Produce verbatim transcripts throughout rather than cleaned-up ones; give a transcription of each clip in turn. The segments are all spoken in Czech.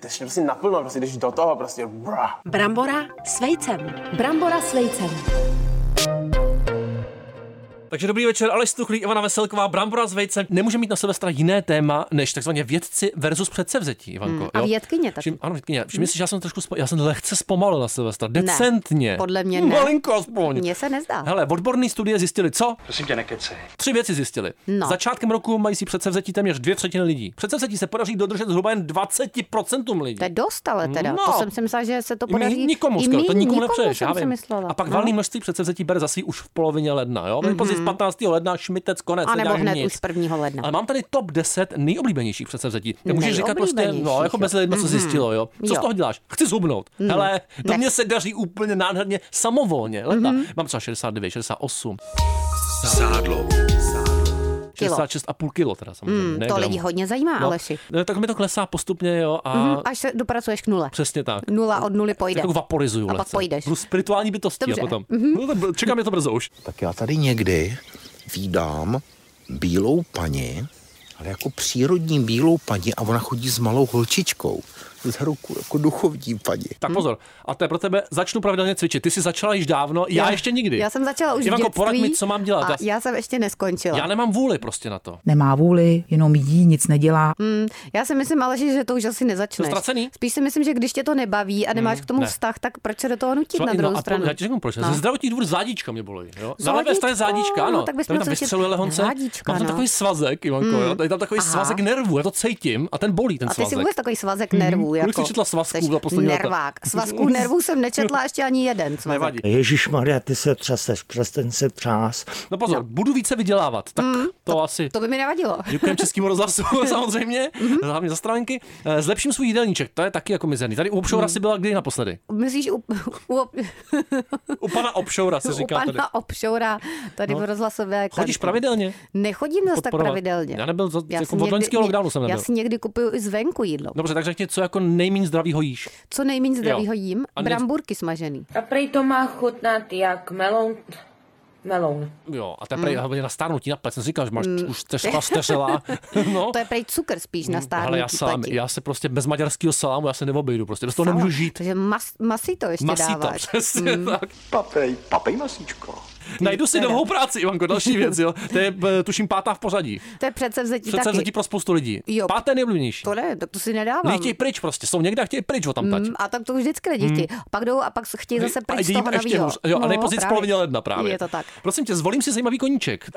zbytečně, prostě naplno, prostě jdeš do toho, prostě bra. Brambora s vejcem. Brambora s vejcem. Takže dobrý večer, Aleš Stuchlík, Ivana Veselková, Brambora s vejcem. Nemůže mít na Silvestra jiné téma, než takzvaně vědci versus předsevzetí, Ivanko. Hmm, a vědkyně taky. Všim, ano, vědkyně. Všimni si, že já jsem trošku, spo, já jsem lehce zpomalil na Silvestra, decentně. Ne, podle mě ne. Malinko aspoň. Mně se nezdá. Hele, odborné studie zjistili, co? Prosím tě, nekecej. Tři věci zjistili. No. Začátkem roku mají si předsevzetí téměř dvě třetiny lidí. Předsevzetí se podaří dodržet zhruba jen dvacet procent lidí. To je dost, ale teda. No. To jsem si myslela, že se to podaří. I nikomu, i skoro, to nikomu nikomu nepřeješ, jsem já si vím. myslela. A pak no. valný množství předsevzetí bere zase už v polovině ledna, jo? Mm-hmm. Později z patnáctého ledna, šmitec, konec. A nebo hned nic. už prvního ledna. Ale mám tady top deset nejoblíbenějších předsevzetí. Ty můžeš říkat prostě, no, jako bez lidma, co Mhm. zjistilo, jo. Co Jo. z toho děláš? Chci zhubnout. Mm. Hele, to Ne. mně se daří úplně nádherně samovolně. Leta. Mám třeba šedesát devět, šedesát osm. Sádlo. šedesát šest a půl kilo teda samozřejmě. Mm, ne to gramů. lidi hodně zajímá, No, Aleši. no, tak mi to klesá postupně, jo. A Mm, až se dopracuješ k nule. přesně tak. Nula od nuly pojde. Jako vaporizuju A pak lehce. pojdeš. Budu spirituální bytostí Dobře. a potom. No, tak čekám, je to brzo už. Tak já tady někdy vídám bílou paní, ale jako přírodní bílou paní a ona chodí s malou holčičkou z ruku, jako duchovní paní. Tak pozor, a to je pro tebe, začnu pravidelně cvičit. Ty jsi začala již dávno, já, já ještě nikdy. Já jsem začala už Ivanko, v dětství. poraď mi, co mám dělat. A já jsem ještě neskončila. Já nemám vůli prostě na to. Nemá vůli, jenom jí, nic nedělá. Mm, já si myslím, ale že to už asi nezačneš. To ztracený? Spíš si myslím, že když tě to nebaví a nemáš k tomu ne. vztah, tak proč se do toho nutit Třeba na i- druhou no, a stranu? po, já ti řeknu proč. No. Ze zdravotních důvodů zádíčka mě bolí. Jo? Na levé Zádíčko, straně zádíčka, ano. no, tak bys Tam měl tam cvičit vystřeluje lehonce. zádíčka, Mám tam no. takový svazek, Ivanko, Mm. jo? Tady tam takový Aha. svazek nervů, já to cítím a ten bolí ten A ty svazek. jsi vůbec takový svazek nervů. Kolik Jako, jsi četla svazků seš za poslední léta? nervák. Svazků nervů jsem nečetla ještě ani jeden svazek. Nevadí. Ježišmarja, ty se třeseš, přes ten se třás. No pozor, budu více vydělávat, tak to asi. To by mi nevadilo. Děkujeme Českému rozhlasu samozřejmě, hlavně za stránky. Eh, Zlepším svůj jídelníček, to je taky jako mizerný. Tady u Obšoura si byla kdy naposledy? Myslíš u, u, u, U pana Obšoura si u říká tady. pana Obšoura, tady No. v rozhlasové. Chodíš pravidelně? Nechodím zase tak Podporovat. pravidelně. Já nebyl za- Já jako si od loňského lockdownu jsem nebyl. Já si někdy kupuju i zvenku jídlo. Dobře, tak řekni, co jako nejméně zdravýho jíš. Co nejméně zdravýho jím? A ne- Bramburky smažený. A prej to má chutnat jak melon. Melon. Jo, a to je prej mm. na stárnutí na plec. Jsem říkal, že máš mm. už teřka steřela. No. To je prej cukr spíš na stárnutí. Ale já sám, pleti. já se prostě bez maďarského salámu, já se neobejdu, prostě bez toho nemůžu žít. Takže mas, masí to ještě Masíta, dáváš. přesně Mm. tak. Papej, papej masíčko. Najdu si novou práci, Ivanko, další věc, jo. To je, eh, tuším, pátá v pořadí. To je předsevzetí Předsevzetí taky. pro spoustu lidí. Jo. Páté nejblíbenější. To ne, tak to si nedávám. Lidi chtějí pryč prostě, jsou někde a chtějí pryč o tam tať. Mm, a tak to vždycky lidi chtějí. Pak jdou a pak chtějí zase A pryč z jde jim toho ještě novýho. hůř. Jo, a nejpozději z polovině ledna právě. Je to tak. Prosím tě, zvolím si zajímavý koníček.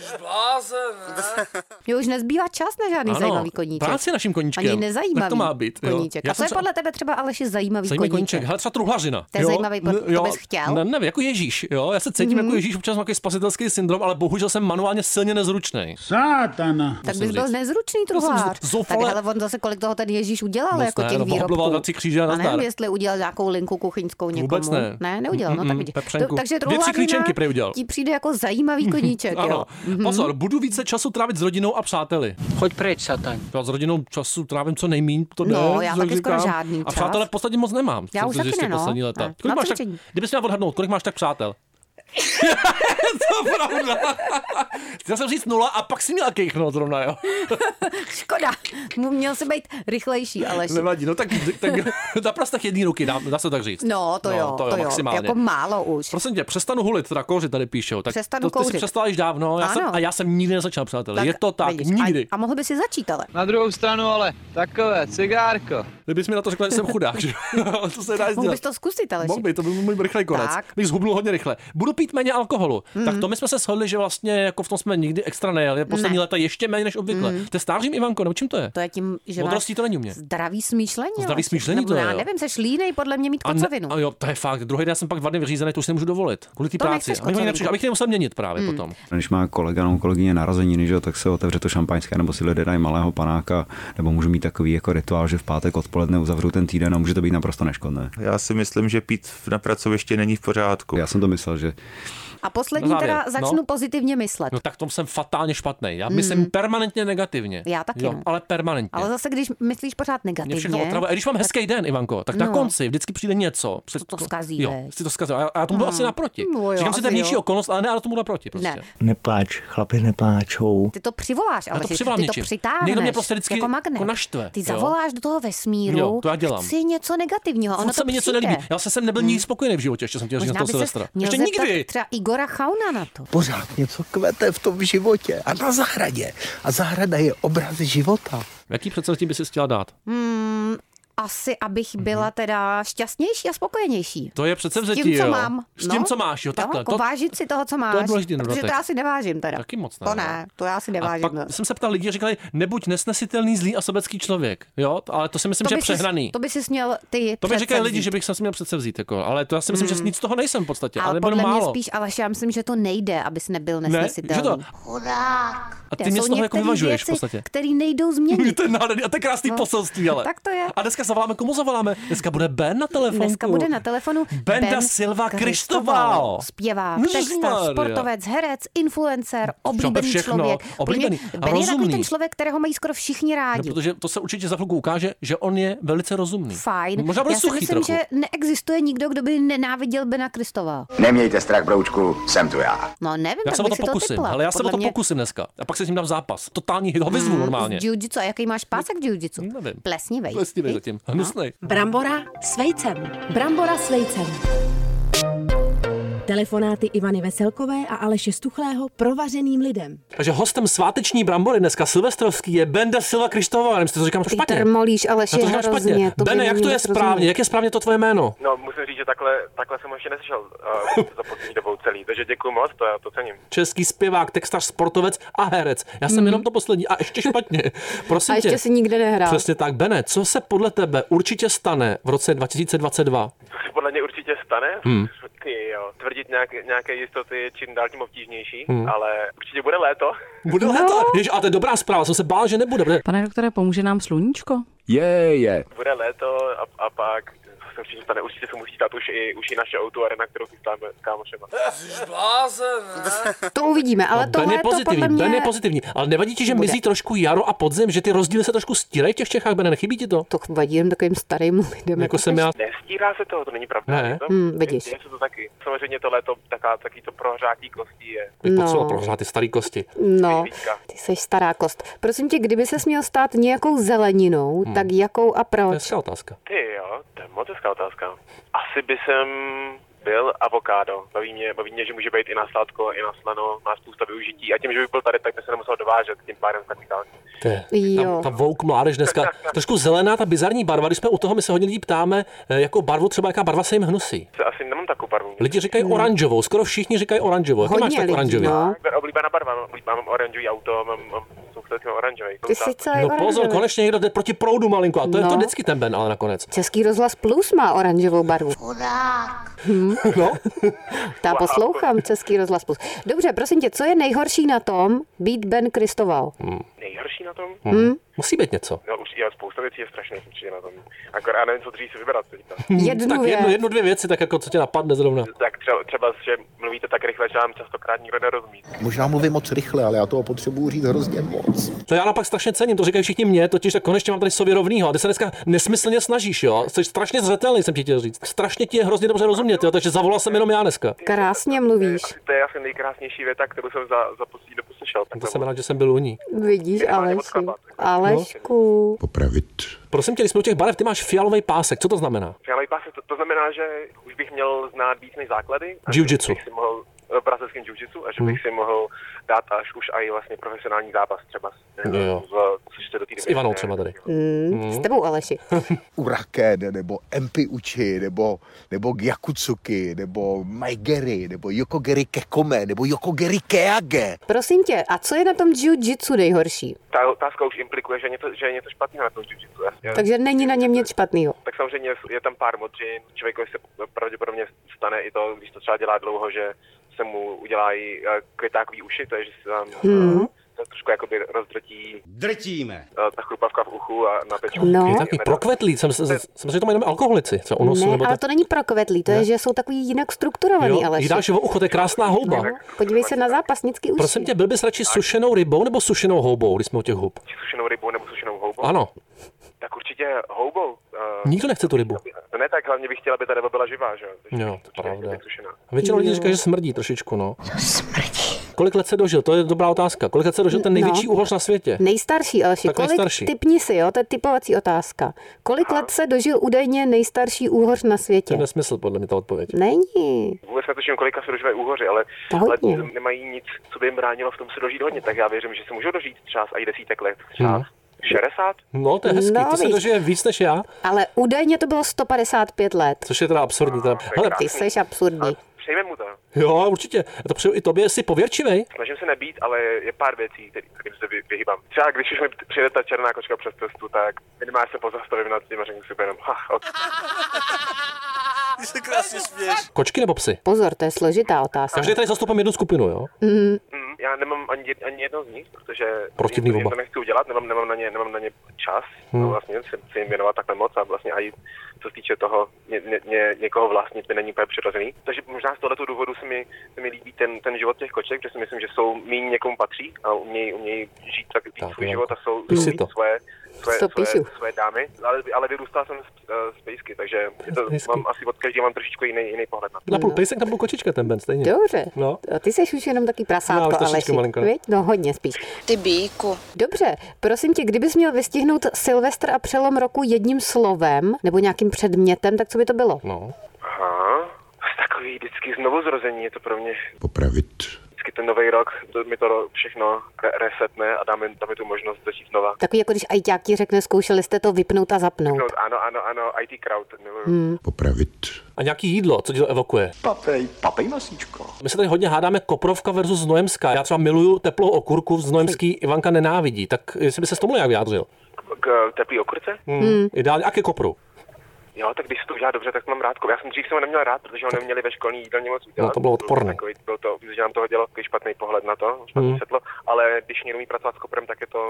Mně už nezbývá čas na žádný Ano, zajímavý koníček. práce je naším koníčkem. Ani nezajímavý Tak to má být, jo. koníček. Já A co jsem je třeba- podle tebe třeba Aleši zajímavý, Zajímavý koníček. koníček? Hele, třeba truhlařina. To je jo? zajímavý, N- to jo, bys chtěl? Ne, nevím, jako Ježíš, jo. Já se cítím Mhm. jako Ježíš, občas mám takový spasitelský syndrom, ale bohužel jsem manuálně silně nezručný. Sátana. Tak musím bys byl říct. nezručný Musím truhlář. říct, zoufale- Tak hele, on zase kolik toho ten Ježíš udělal Moc jako ne, těch no, výrobků. ohobloval na tři kříže a A nazdar. nevím, jestli udělal nějakou linku kuchyňskou někomu. Vůbec ne. Ne, neudělal, no tak Mm-mm, vidíš. pepřenku. To- Takže Dvě, tři klíčenky prej udělal. ti přijde jako zajímavý koníček, Ano. jo. Mhm. Pozor, budu více času trávit s rodinou a přáteli. Choď pryč, satan. Já s rodinou času trávím co nejmíň, to No, jde, já co taky říkám. skoro žádný A čas. přátelé v podstatě moc nemám. Já co už se taky zjistí ne, no. poslední léta. Ne. Kolik Na máš tak, cvičení. kdybys měl odhadnout, kolik máš tak přátel? To je pravda. Chtěl jsem říct nula a pak si měl kejchnout zrovna, jo. Škoda. Mu měl se být rychlejší, ale Nevadí, no tak, tak na prstech jedný ruky, dá, dá se tak říct. No, to No, jo, to jo, to jo. maximálně. Jako málo už. Prosím tě, přestanu hulit, teda kouřit tady píšou. Tak Přestanu to, ty kouřit. si přestala již dávno já jsem, Ano. a já jsem nikdy nezačal, přátelé. Je to tak, vidíš, nikdy. A, a mohl by si začít, ale. Na druhou stranu ale takové, cigárko. Kdybys mi na to řekla, že jsem chudák, že? to se dá Mohl dělat. bys to zkusit, ale. Mohl by, to byl můj rychlej konec. Tak. Bych zhubnul hodně rychle. Budu pít méně alkoholu. Mm. Tak to my jsme se shodli, že vlastně jako v tom jsme nikdy extra nejeli. Poslední Ne. léta ještě méně než obvykle. Mm. To je stářím, Ivanko, nebo čím to je? To je tím, že Modrostí máš to není u mě. zdravý smýšlení. Zdravý ale- smýšlení nebo to je, já jo. nevím, seš línej podle mě mít A, ne, kocovinu. a jo, to je fakt. Druhý den jsem pak dva dny vyřízený, to už si nemůžu dovolit. Kvůli té To práci. nechceš Abych, kocovinku. nepřišel, abych nemusel měnit právě mm. potom. Když má kolega nebo kolegyně narozeniny, že jo, tak se otevře to šampaňské, nebo si lidé dají malého panáka, nebo můžu mít takový jako rituál, že v pátek odpoledne uzavřu ten týden a může to být naprosto neškodné. Já si myslím, že pít na pracovišti není v pořádku. Já jsem to myslel, že A poslední Na závěr, teda začnu no. pozitivně myslet. No tak tom jsem fatálně špatný. Já myslím mm. permanentně negativně. Já taky. Jo, no. ale permanentně. Ale zase, když myslíš pořád Mě negativně. všechno otravuje. A když mám hezký den, Ivanko, tak na No. konci vždycky přijde něco. Před... To zkazí, Jo, veď. si to zkazí. A já tomu budu Hmm. asi naproti. No jo, Říkám si, to je asi vnější jo. okolnost, ale ne, ale tomu budu naproti. Prostě. Ne. Nepláč, chlapi nepláčou. Ty to přivoláš, ale to ty, přivolám ty to něčím. přitáhneš. Někdo mě prostě vždycky jako magnet. jako naštve, Ty jo. zavoláš do toho vesmíru. Jo, to já dělám. Chci něco negativního. Ono Furt to se mi něco přijde. nelíbí. Já se jsem nebyl nikdy spokojený v životě, ještě jsem chtěl říct na Možná toho by se Silvestra. měl Ještě zeptat nikdy. třeba Igora Chauna na to. Pořád něco kvete v tom životě a na zahradě. A zahrada je obraz života. Jaký předsevzetí by si chtěla dát? Hmm, asi, abych byla teda šťastnější a spokojenější. To je předsevzetí, S tím, co jo. mám. S tím, co máš, jo, takhle. No, to... vážit si toho, co máš. to je důležitý protože dodatek. to já si nevážím teda. Taky moc ne. To no. ne, to já si A nevážím. pak jsem se ptal lidí a říkali, nebuď nesnesitelný, zlý a sobecký člověk. Jo, ale to si myslím, to že je by si- přehnaný. To by si směl ty To mi říkají lidi, předsevzít. že bych se měl předsevzít, jako, ale to já si myslím, že nic z toho nejsem v podstatě, ale, Ale nebo podle jenom mě málo. spíš, ale já myslím, že to nejde, abys nebyl Ne, nesnesitelný. že to? A ty mě z toho jako vyvažuješ v podstatě. které nejdou změnit. To je nádherný a to je krásný No, poselství, ale. tak to je. A dneska zavoláme, komu zavoláme? Dneska bude Ben na telefonu. Dneska bude na telefonu Benda Silva Kristoval. Zpěvák, Ježišmarja. textař, sportovec, herec, influencer, oblíbený všechno. člověk. Oblíbený Podle mě a Ben je takový rozumný. ten člověk, kterého mají skoro všichni No, rádi. protože to se určitě za chvilku ukáže, že on je velice rozumný. Fajn. Možná bude Já si suchý myslím, trochu. že neexistuje nikdo, kdo by nenáviděl Bena Kristova. Nemějte strach, broučku, jsem tu já. No nevím, Já tak se o bych to si pokusím, to typla. ale já se o Podle to mě- pokusím dneska. A pak se s ním dám zápas. Totální ho vyzvu normálně. Z jiu-jitsu. A jaký máš pásek v jiu-jitsu? Nevím. Plesnivej. Plesnivej zatím. Hnusnej. Brambora s vejcem. Brambora s vejcem. Telefonáty Ivany Veselkové a Aleše Stuchlého provařeným lidem. Takže hostem sváteční brambory dneska silvestrovský je Benda Silva Kristoval. Nevím, jestli to říkám špatně. Trmolíš, ale Já to říkám špatně. Bene, jak to je správně? Jak je správně to tvoje jméno? No, musím říct, že takhle, takhle jsem ho ještě neslyšel uh, za poslední dobou celý, takže děkuji moc, to já to cením. Český zpěvák, textař, sportovec a herec. Já jsem mm. jenom to poslední a ještě špatně. Prosím A ještě tě. si nikde nehrál. Přesně tak. Bene, co se podle tebe určitě stane v roce dva tisíce dvacet dva? Co se podle mě určitě stane? Hmm. Ty jo, tvrdit nějak, nějaké jistoty je čím dál tím obtížnější, Hmm. ale určitě bude léto. Bude léto? Jež, a to je dobrá zpráva, jsem se bál, že nebude. Bude. Pane doktore, pomůže nám sluníčko? Je, je. Bude léto a, a pak se určitě stane, určitě se musí stát už i, už i naše auto arena, kterou chystáme s kámošema. To uvidíme, ale No, to Ben je léto pozitivní, podle mě... Ben je pozitivní. Ale nevadí ti, že bude. mizí trošku jaro a podzim, že ty rozdíly se trošku stírají v těch Čechách, Bene, nechybí ti to? To vadí jen takovým starým lidem. Jako jsem já. Nestírá se to, to není pravda. Ne. Je to, Hmm, vidíš. Je, je to taky. Samozřejmě to léto, taká, taky to prohřátí kostí je. Bych No. potřeboval prohřát ty starý kosti. No, Vítka. ty jsi stará kost. Prosím tě, kdyby ses měl stát nějakou zeleninou, Hmm. tak jakou a To je proč? hezká otázka. Ty jo, to je moc hezká otázka. Asi by jsem byl avokádo. Baví mě, baví mě, že může být i na sladko, i na slano, má spousta využití. A tím, že by byl tady, tak by se nemusel dovážet, tím pádem kapitálně. To je, Jo. ta, ta woke mládež dneska, trošku zelená, ta bizarní barva, když jsme u toho, my se hodně lidí ptáme, eh, jakou barvu třeba, jaká barva se jim hnusí. Se asi nemám takovou barvu. Lidi říkají oranžovou, skoro všichni říkají oranžovou. Jaký máš Hodně tak lidí, oranžový? no. Oblíbená barva, mám, mám oranžový auto, mám, mám soustavě oranžový. Ty jsi celý No pozor, oranžový. konečně někdo jde proti proudu malinko a to je No. to vždycky ten Ben, ale nakonec. Český rozhlas Plus má oranžovou barvu. Hm. No. Já Wow. poslouchám Český rozhlas Plus. Dobře, prosím tě, co je nejhorší na tom být Ben Kristoval? Nejhorší na tom? Hm? Musí být něco. No už je spousta věcí je strašně určitě na tom. Akorát já nevím, co dřív si vybrat teďka. Jednu tak jednu, věc. jednu, dvě věci, tak jako co tě napadne zrovna. Tak třeba, třeba, že mluvíte tak rychle, že vám častokrát nikdo nerozumí. Možná mluvím moc rychle, ale já toho potřebuji říct hrozně moc. To já napak strašně cením, to říkají všichni mě, totiž tak konečně mám tady sobě rovnýho. A ty se dneska nesmyslně snažíš, jo? Jsi strašně zřetelný, jsem ti chtěl říct. Strašně ti je hrozně dobře rozumět, jo? Takže zavolal jsem jenom já dneska. Krásně mluvíš. To je asi nejkrásnější věta, kterou jsem za, za poslední dobu slyšel. To jsem rád, že jsem byl u ní. Vidíš, Minimálně Aleši. odchlapat. Alešku. Popravit. Prosím tě, když jsme u těch barev, ty máš fialový pásek, co to znamená? Fialový pás, to, to znamená, že už bych měl znát víc než základy. a Jiu-jitsu. že bych si mohl v brazilském jiu-jitsu a že bych si mohl dát až už i vlastně profesionální zápas třeba. Jo, jo. V, což se do té S doby Ivanou ne- třeba tady. Mm, s tebou, Aleši. Uraken, nebo Empi Uchi, nebo, nebo Gyakutsuki, nebo Maigeri, nebo Yokogeri Kekome, nebo Yokogeri Keage. Prosím tě, a co je na tom jiu-jitsu nejhorší? Ta otázka už implikuje, že, něco, že je něco špatného na tom jiu-jitsu. jasně. Takže není na něm nic špatného. Tak samozřejmě je tam pár modřin, člověkovi se pravděpodobně stane i to, když to třeba dělá dlouho, že se mu udělají květákový uši, to je, že se tam Hmm. to trošku jakoby rozdrtí. Drtíme. Ta chrupavka v uchu a na pečku. No. Je taky prokvetlý, jsem, jsem, jsem že to mají alkoholici. Co u nosu, Ne, nebo ale tak... to není prokvetlý, to je, že jsou takový jinak strukturovaný, ale jí dáš o ucho, to je krásná houba. no, podívej se na zápasnický uši. Prosím tě, byl bys radši sušenou rybou nebo sušenou houbou, když jsme u těch hub? Sušenou rybou nebo sušenou houbou? Ano. Tak určitě houbou. Uh, Nikdo nechce tu rybu. No ne, tak hlavně bych chtěla, aby ta ryba byla živá, že jo? Jo, to pravda. A většinou lidí říká, že smrdí trošičku, no. Smrdí. Kolik let se dožil? To je dobrá otázka. Kolik let se dožil ten největší no. úhoř na světě? Nejstarší, Aleši. Tak Kolik, nejstarší. typni si, jo, to je typovací otázka. Kolik Aha. let se dožil údajně nejstarší úhoř na To světě? je nesmysl, podle mě ta odpověď. Není. Vůbec netuším, kolika se dožívají úhoři, ale, ale nemají nic, co by jim bránilo v tom se dožít hodně, tak já věřím, že se můžou dožít třeba i desítek let. Třeba Hmm. šedesát? No, to je hezký, No, ty se víš. dožije víc než já, Ale údajně to bylo sto padesát pět let. což je teda absurdní. Teda. Hele, Ty jsi absurdní. Přejme mu to. jo, určitě. Já to přeju i tobě, jsi pověrčivej. Snažím se nebýt, ale je pár věcí, kterým se vy- vyhýbám. Třeba když už mi přijde ta černá kočka přes cestu, tak minimálně se pozastavím nad tím a řeknu si jenom, ha, ok. Ty se krásně směš. Kočky nebo psy? Pozor, to je složitá otázka. Každý tady zastupujeme jednu skupinu, jo? Mm, Mm, já nemám ani, jed- ani jedno z nich, protože Protivný protože oba. to nechci udělat, nemám, nemám, na ně, nemám na ně čas, Hmm. no vlastně se, se jim věnovat takhle moc a vlastně i co se týče toho ně, ně, ně, někoho vlastnit mi není úplně přirozený. Takže možná z tohoto důvodu se mi, se mi líbí ten, ten život těch koček, protože si myslím, že jsou méně někomu patří a umějí, umějí žít tak, tak svůj život a jsou Píš si mít to. svoje, svoje, To svoje, píšu. svoje dámy, ale, ale vyrůstal jsem z, z pejsky, takže je to, mám asi od každého mám trošičku jiný, jiný pohled na to. Napůl pejsek, napůl kočička ten Ben, stejně. Dobře. No. A ty jsi už jenom taky Já prasátko, už trošičku Aleši. malinko. Viď? No hodně spíš. Ty bíku. Dobře, prosím tě, kdybys měl vystihnout Silvestr a přelom roku jedním slovem nebo nějakým předmětem, tak co by to bylo? No. Aha, takový vždycky znovu zrození je to pro mě. Popravit. Vždycky ten nový rok, to, mi to všechno re- resetne a dáme, dáme tu možnost začít znova. Takový jako když ajťák ti řekne, zkoušeli jste to vypnout a zapnout. No, ano, ano, ano, í té crowd, miluju. Hmm. Popravit. A nějaký jídlo, co ti to evokuje? Papej, papej masíčko. My se tady hodně hádáme Koprovka versus Znojemská. Já třeba miluju teplou okurku, Znojemský Ivanka nenávidí. Tak jestli by se s tomu nějak vyjádřil? K teplý okurce? Hmm. Ideálně, a ke kopru. Jo, tak když se to udělá dobře, tak mám rád. Já jsem dřív jsem ho neměl rád, protože ho neměli ve školní jídelně moc udělat. No, to bylo odporné. Takový, byl to, že nám toho dělal takový špatný pohled na to, špatný Hmm. světlo, ale když někdo umí pracovat s koprem, tak je to...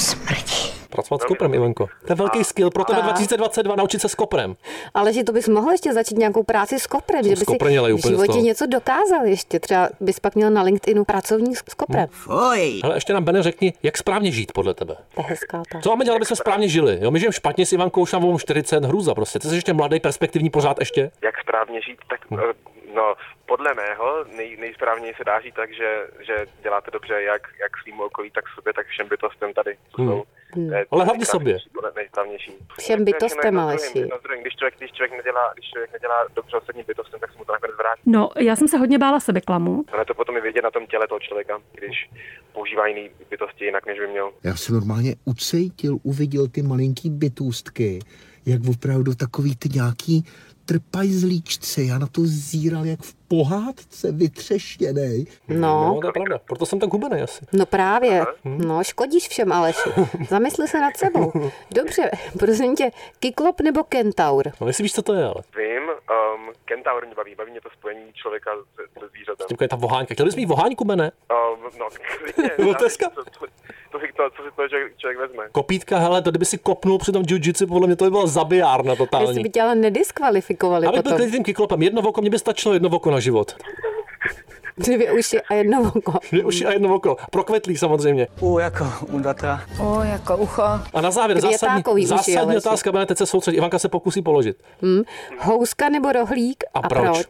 Pracovat s koprem, Ivanko. To je velký skill pro tebe A- dva tisíce dvacet dva, naučit se s koprem. Ale že to bys mohl ještě začít nějakou práci s koprem, že by si skoprnělej v úplně z životě toho. něco dokázal ještě. Třeba bys pak měl na LinkedInu pracovník s koprem. Fuj. Ale ještě nám, Bene, řekni, jak správně žít podle tebe. To je hezká ta. Co máme dělat, aby jsme správně žili? Jo, my žijeme špatně s Ivankou, už nám čtyřicet, hrůza prostě. Ty jsi ještě mladý, perspektivní pořád ještě. Jak správně žít, tak eh, no, podle mého nej, nejsprávněji se dá žít tak, že, že děláte dobře jak, jak svým okolí, tak sobě, tak všem bytostem tady. To Hmm. jsou, to je Ale hlavně sobě. podle nejsprávnější. Všem To je bytostem, všechno jedno s Aleši. druhým, jedno s druhým. Když člověk, když člověk nedělá, když člověk nedělá dobře ostatním bytostem, tak se mu to nakonec vrátí. No, já jsem se hodně bála sebeklamu. Ale to potom je vidět na tom těle toho člověka, když používá jiný bytosti jinak, než by měl. Já jsem normálně ucejtil, uviděl ty malinký bytůstky, jak opravdu takový ty nějaký trpajzlíčci. Já na to zíral jak v pohádce vytřeštěnej. No, to je pravda. Proto jsem tak hubenej asi. no právě. No, škodíš všem, Aleši. Zamysli se nad sebou. Dobře, prosím tě, Kyklop nebo Kentaur? No, jestli víš, co to je, ale. Vím, um, kentaur mě baví, baví mě to spojení člověka se, se zvířetem. Tím je ta voháňka. Chtěl bys mít voháňku, Bene? Um, no, klidně, No, to je ska- to, to, to, si to, co si to člověk, člověk vezme. Kopítka, hele, to kdyby si kopnul při tom jiu-jitsu, podle mě to by byla zabijárna Jestli totální. by tě ale nediskvalifikovali Ale byl potom. tady tím kyklopem. Jedno oko, mě by stačilo jedno oko na život. Dvě uši a jedno oko. Dvě uši a jedno oko. Prokvetlý samozřejmě. U jako undata. O, jako ucho. A na závěr zásadní, Květákový uši, zásadní Aleši. otázka, Bene, teď se soustředí. Ivanka se pokusí položit. Hm? Houska nebo rohlík? A proč?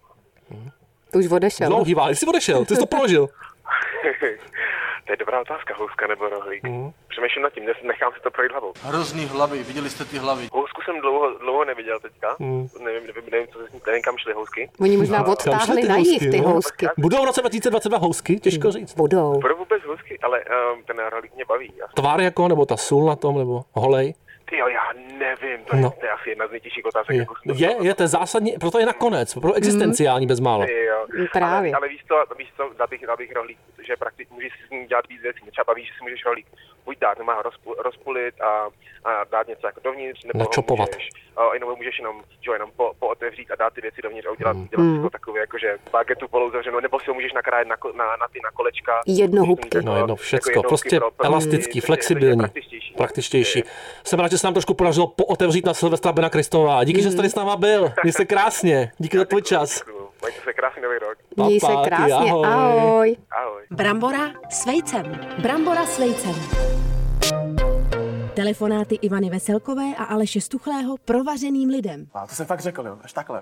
To už odešel. Dlouhý vál. Jsi odešel, ty jsi to položil. To je dobrá otázka, houska nebo rohlík. Mm. Přemýšlím nad tím, nes- nechám si to projít hlavou. Hrozný hlavy, viděli jste ty hlavy. Housku jsem dlouho, dlouho neviděl teďka. Mm. Nevím, nevím, nevím, co se s ní, nevím, kam šly housky. Oni možná Kam šly odtáhli ty na jich ty no? housky. Budou v roce dva tisíce dvacet dva housky? Těžko říct. Budou. Budou vůbec housky, ale um, ten rohlík mě baví. Já, Tvár jako, nebo ta sůl na tom, nebo holej? ty jo, já nevím, to je, No. to je asi jedna z nejtěžších otázek. Je, jako jsem je, je, to je zásadní, proto je nakonec, pro existenciální bezmálo. Ty jo. Právě. Ale, ale víš co, víš co, dal bych, dal bych rohlík, protože prakticky můžeš si s ním dělat víc věcí. Mě třeba baví, že si můžeš rohlík buď dát, nemá ho rozpu, rozpulit a, a dát něco jako dovnitř, nebo Načopovat. ho můžeš a jenom můžeš jenom, že, jenom po, pootevřít a dát ty věci dovnitř a udělat, dělat Mm. jako takové, jakože bagetu polouzavřenou, nebo si ho můžeš nakrájet na, ko- na, na ty na kolečka. Jednohubky. No jedno, všecko, jednohubky prostě pro- pro- elastický, což je- flexibilní, což je praktičtější. praktičtější. Jsem rád, že se nám trošku podařilo pootevřít na Silvestra Bena Kristova. Díky, že jsi tady s náma byl. Měj se krásně. Díky za tvůj čas. Majte se krásný nový rok. Měj se Papa, ty krásně, ahoj. ahoj. Ahoj. Brambora s vejcem. Brambora s vejcem. Telefonáty Ivany Veselkové a Aleše Stuchlého provařeným lidem. A to jsem fakt řekl, jo, až takhle.